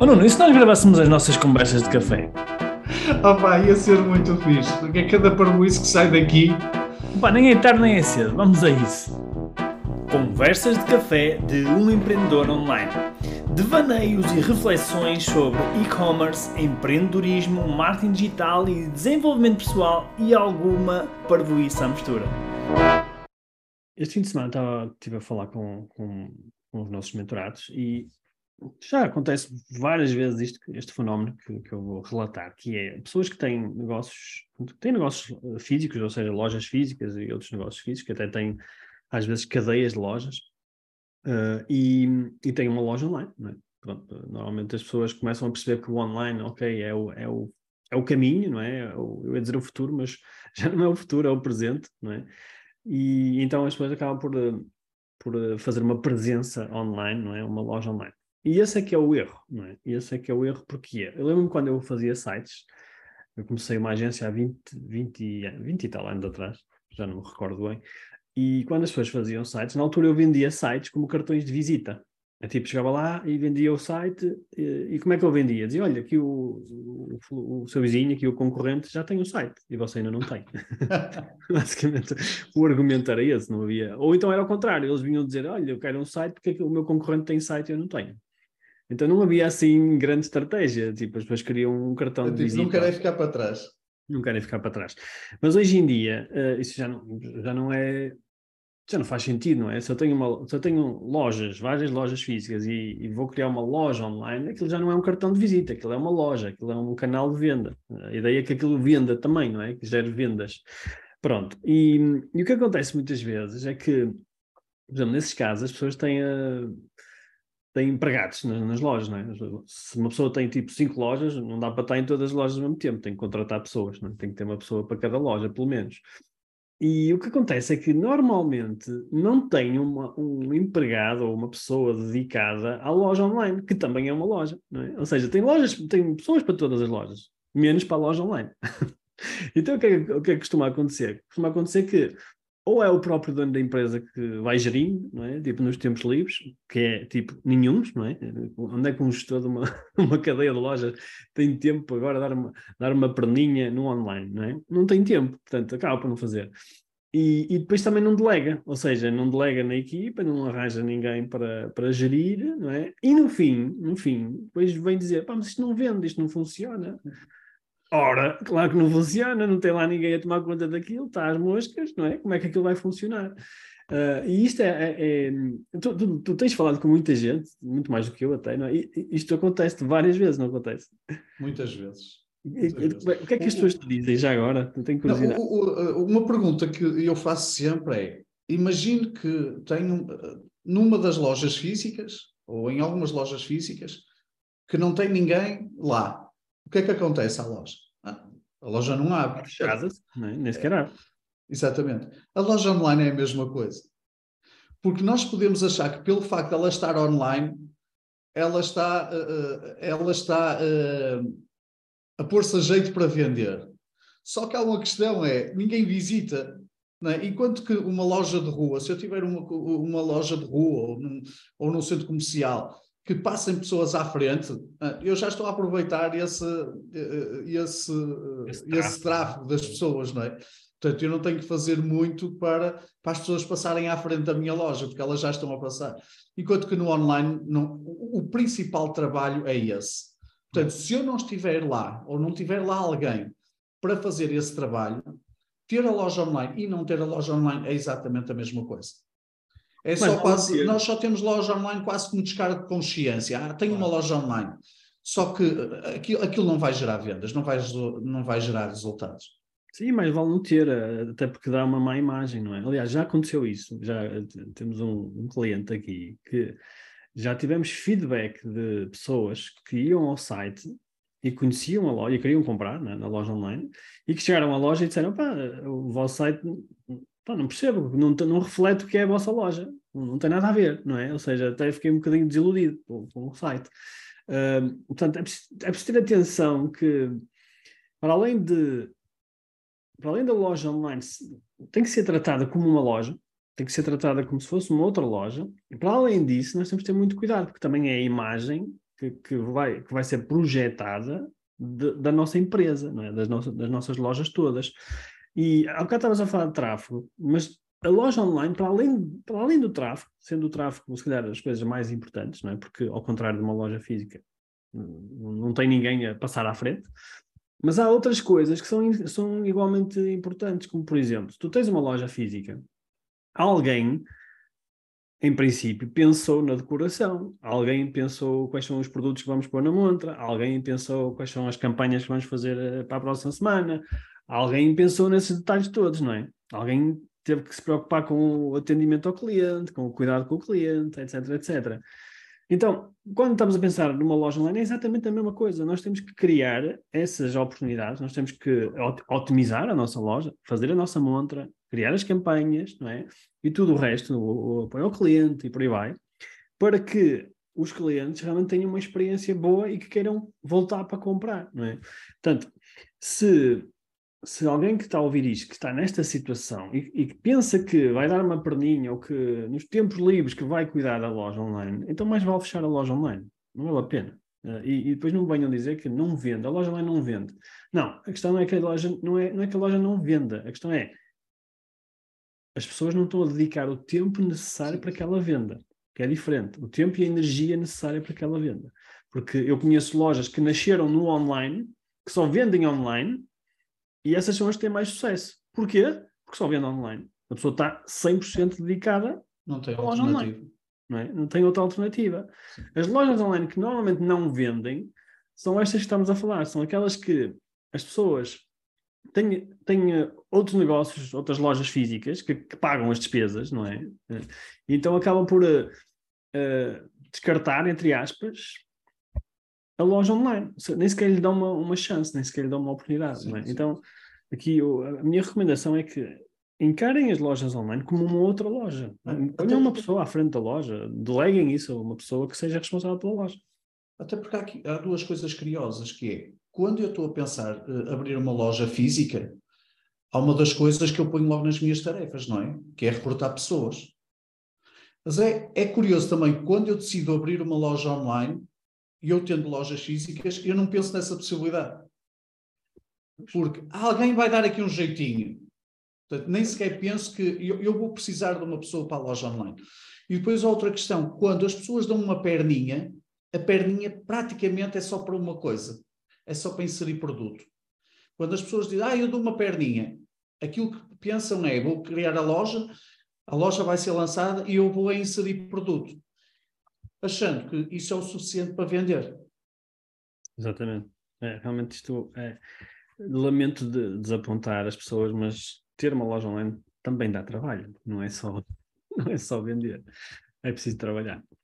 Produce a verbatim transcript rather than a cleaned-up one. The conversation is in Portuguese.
Oh Nuno, e se nós gravássemos as nossas conversas de café? Oh pá, ia ser muito fixe, porque é cada parboice que sai daqui. Pá, nem é tarde nem é cedo, vamos a isso. Conversas de café de um empreendedor online. Devaneios e reflexões sobre e-commerce, empreendedorismo, marketing digital e desenvolvimento pessoal e alguma parvoíce à mistura. Este fim de semana estava, estive a falar com, com, com os nossos mentorados e já acontece várias vezes isto, este fenómeno que, que eu vou relatar, que é pessoas que têm negócios, têm negócios físicos, ou seja, lojas físicas e outros negócios físicos, que até têm, às vezes, cadeias de lojas, uh, e, e têm uma loja online, não é? Pronto, normalmente as pessoas começam a perceber que o online, ok, é o, é o, é o caminho, não é? É o, eu ia dizer o futuro, mas já não é o futuro, é o presente, não é? E então as pessoas acabam por, por fazer uma presença online, não é? Uma loja online. E esse é que é o erro, não é? Esse é que é o erro, porque eu lembro-me quando eu fazia sites, eu comecei uma agência há vinte, vinte, vinte e tal anos atrás, já não me recordo bem, e quando as pessoas faziam sites, na altura eu vendia sites como cartões de visita. É tipo, chegava lá e vendia o site, e, e como é que eu vendia? Dizia, olha, aqui o, o, o seu vizinho, aqui o concorrente já tem um site, e você ainda não tem. Basicamente, o argumento era esse, não havia... Ou então era ao contrário, eles vinham dizer, olha, eu quero um site porque o meu concorrente tem site e eu não tenho. Então não havia assim grande estratégia, tipo, as pessoas queriam um cartão Eu, de tipo, não visita, quero ficar para trás. não querem ficar para trás. Mas hoje em dia, uh, isso já não, já não é, já não faz sentido, não é? Se eu tenho, uma, se eu tenho lojas, várias lojas físicas e, e vou criar uma loja online, aquilo já não é um cartão de visita, aquilo é uma loja, aquilo é um canal de venda. A ideia é que aquilo venda também, não é? Que gere vendas. Pronto. E, e o que acontece muitas vezes é que, por exemplo, nesses casos, as pessoas têm a têm empregados nas, nas lojas, não é? Se uma pessoa tem tipo cinco lojas, não dá para estar em todas as lojas ao mesmo tempo, tem que contratar pessoas, não é? Tem que ter uma pessoa para cada loja, pelo menos. E o que acontece é que normalmente não tem uma, um empregado ou uma pessoa dedicada à loja online, que também é uma loja, não é? Ou seja, tem lojas, tem pessoas para todas as lojas, menos para a loja online. Então o que, é, o que é que costuma acontecer? Costuma acontecer que ou é o próprio dono da empresa que vai gerindo, não é? Tipo nos tempos livres, que é tipo nenhuns, não é? Onde é que um gestor de uma, uma cadeia de lojas tem tempo para agora dar uma, dar uma perninha no online, não é? Não tem tempo, portanto acaba por não fazer. E, e depois também não delega, ou seja, não delega na equipa, não arranja ninguém para, para gerir, não é? E no fim, no fim, depois vem dizer, pá, mas isto não vende, isto não funciona. Ora, claro que não funciona, não tem lá ninguém a tomar conta daquilo, está às moscas, não é? Como é que aquilo vai funcionar? Uh, e isto é... é, é tu, tu, tu tens falado com muita gente, muito mais do que eu até, não é? E, isto acontece várias vezes, não acontece? Muitas vezes. E, Muitas e, vezes. o que é que as O, pessoas o, te dizem já agora? Não tenho não, curiosidade. o, o, uma pergunta que eu faço sempre é: imagine que tenho numa das lojas físicas, ou em algumas lojas físicas, que não tem ninguém lá. O que é que acontece à loja? Ah, a loja não abre. Fechada-se, não é? Nem sequer há. Exatamente. A loja online é a mesma coisa. Porque nós podemos achar que pelo facto de ela estar online, ela está, uh, ela está uh, a pôr-se a jeito para vender. Só que há uma questão, é, ninguém visita. Não é? Enquanto que uma loja de rua, se eu tiver uma, uma loja de rua ou num, ou num centro comercial, que passem pessoas à frente, eu já estou a aproveitar esse, esse, Esse esse tráfego, não tráfego das pessoas, não é? Portanto, eu não tenho que fazer muito para, para as pessoas passarem à frente da minha loja, porque elas já estão a passar. Enquanto que no online, não, o, o principal trabalho é esse. é? Portanto, se eu não estiver lá, ou não tiver lá alguém para fazer esse trabalho, ter a loja online e não ter a loja online é exatamente a mesma coisa. É Mas só vale não quase, ter. nós só temos loja online quase como descargo de consciência. Ah, tenho uma Claro. loja online. Só que aquilo, aquilo não vai gerar vendas, não vai, não vai gerar resultados. Sim, mas vale não ter, até porque dá uma má imagem, não é? Aliás, já aconteceu isso. Já temos um, um cliente aqui que já tivemos feedback de pessoas que iam ao site e conheciam a loja e queriam comprar, né, na loja online e que chegaram à loja e disseram, pá, o vosso site, pá, não percebo, não, não reflete o que é a vossa loja, não, não tem nada a ver, não é? Ou seja, até fiquei um bocadinho desiludido com, com o site. Uh, portanto, é preciso, é preciso ter atenção que, para além de para além da loja online, tem que ser tratada como uma loja, tem que ser tratada como se fosse uma outra loja, e para além disso, nós temos que ter muito cuidado, porque também é a imagem que, que, vai, que vai ser projetada de, da nossa empresa, não é? das, nossas, das nossas lojas todas. E há bocado estavas a falar de tráfego, mas a loja online, para além, para além do tráfego, sendo o tráfego, se calhar, as coisas mais importantes, não é? Porque, ao contrário de uma loja física, não tem ninguém a passar à frente, mas há outras coisas que são, são igualmente importantes, como, por exemplo, se tu tens uma loja física, alguém, em princípio, pensou na decoração, alguém pensou quais são os produtos que vamos pôr na montra, alguém pensou quais são as campanhas que vamos fazer para a próxima semana, alguém pensou nesses detalhes todos, não é? Alguém teve que se preocupar com o atendimento ao cliente, com o cuidado com o cliente, etc, etcétera. Então, quando estamos a pensar numa loja online, é exatamente a mesma coisa. Nós temos que criar essas oportunidades, nós temos que otimizar a nossa loja, fazer a nossa montra, criar as campanhas, não é? E tudo o resto, o, o apoio ao cliente e por aí vai, para que os clientes realmente tenham uma experiência boa e que queiram voltar para comprar, não é? Portanto, se... se alguém que está a ouvir isto, que está nesta situação e, e que pensa que vai dar uma perninha ou que nos tempos livres que vai cuidar da loja online, então mais vale fechar a loja online. Não vale a pena. Uh, e, e depois não venham dizer que não vende, a loja online não vende. Não, a questão não é que a loja não é, não é que a loja não venda, a questão é as pessoas não estão a dedicar o tempo necessário para que ela venda, que é diferente. O tempo e a energia necessária para que ela venda. Porque eu conheço lojas que nasceram no online, que só vendem online, e essas são as que têm mais sucesso. Porquê? Porque só vende online. A pessoa está cem por cento dedicada Não tem à loja online. alternativa. Não é? Não tem outra alternativa. Sim. As lojas online que normalmente não vendem são estas que estamos a falar. São aquelas que as pessoas têm, têm outros negócios, outras lojas físicas que, que pagam as despesas, não é? E então acabam por uh, uh, descartar, entre aspas, a loja online. Nem sequer lhe dão uma, uma chance, nem sequer lhe dão uma oportunidade. Sim, não é? Então, aqui eu, a minha recomendação é que encarem as lojas online como uma outra loja. Ponham uma pessoa à frente da loja, deleguem isso a uma pessoa que seja responsável pela loja. Até porque há, aqui, há duas coisas curiosas, que é, quando eu estou a pensar uh, abrir uma loja física, há uma das coisas que eu ponho logo nas minhas tarefas, não é? Que é recrutar pessoas. Mas é, é curioso também, quando eu decido abrir uma loja online, e eu tendo lojas físicas, eu não penso nessa possibilidade. Porque alguém vai dar aqui um jeitinho. Portanto, nem sequer penso que eu, eu vou precisar de uma pessoa para a loja online. E depois outra questão, quando as pessoas dão uma perninha, a perninha praticamente é só para uma coisa. É só para inserir produto. Quando as pessoas dizem, ah, eu dou uma perninha, aquilo que pensam é, vou criar a loja, a loja vai ser lançada e eu vou inserir produto. Achando que isso é o suficiente para vender. Exatamente. É, realmente isto é... Lamento de desapontar as pessoas, mas ter uma loja online também dá trabalho. Não é só, não é só vender. É preciso trabalhar.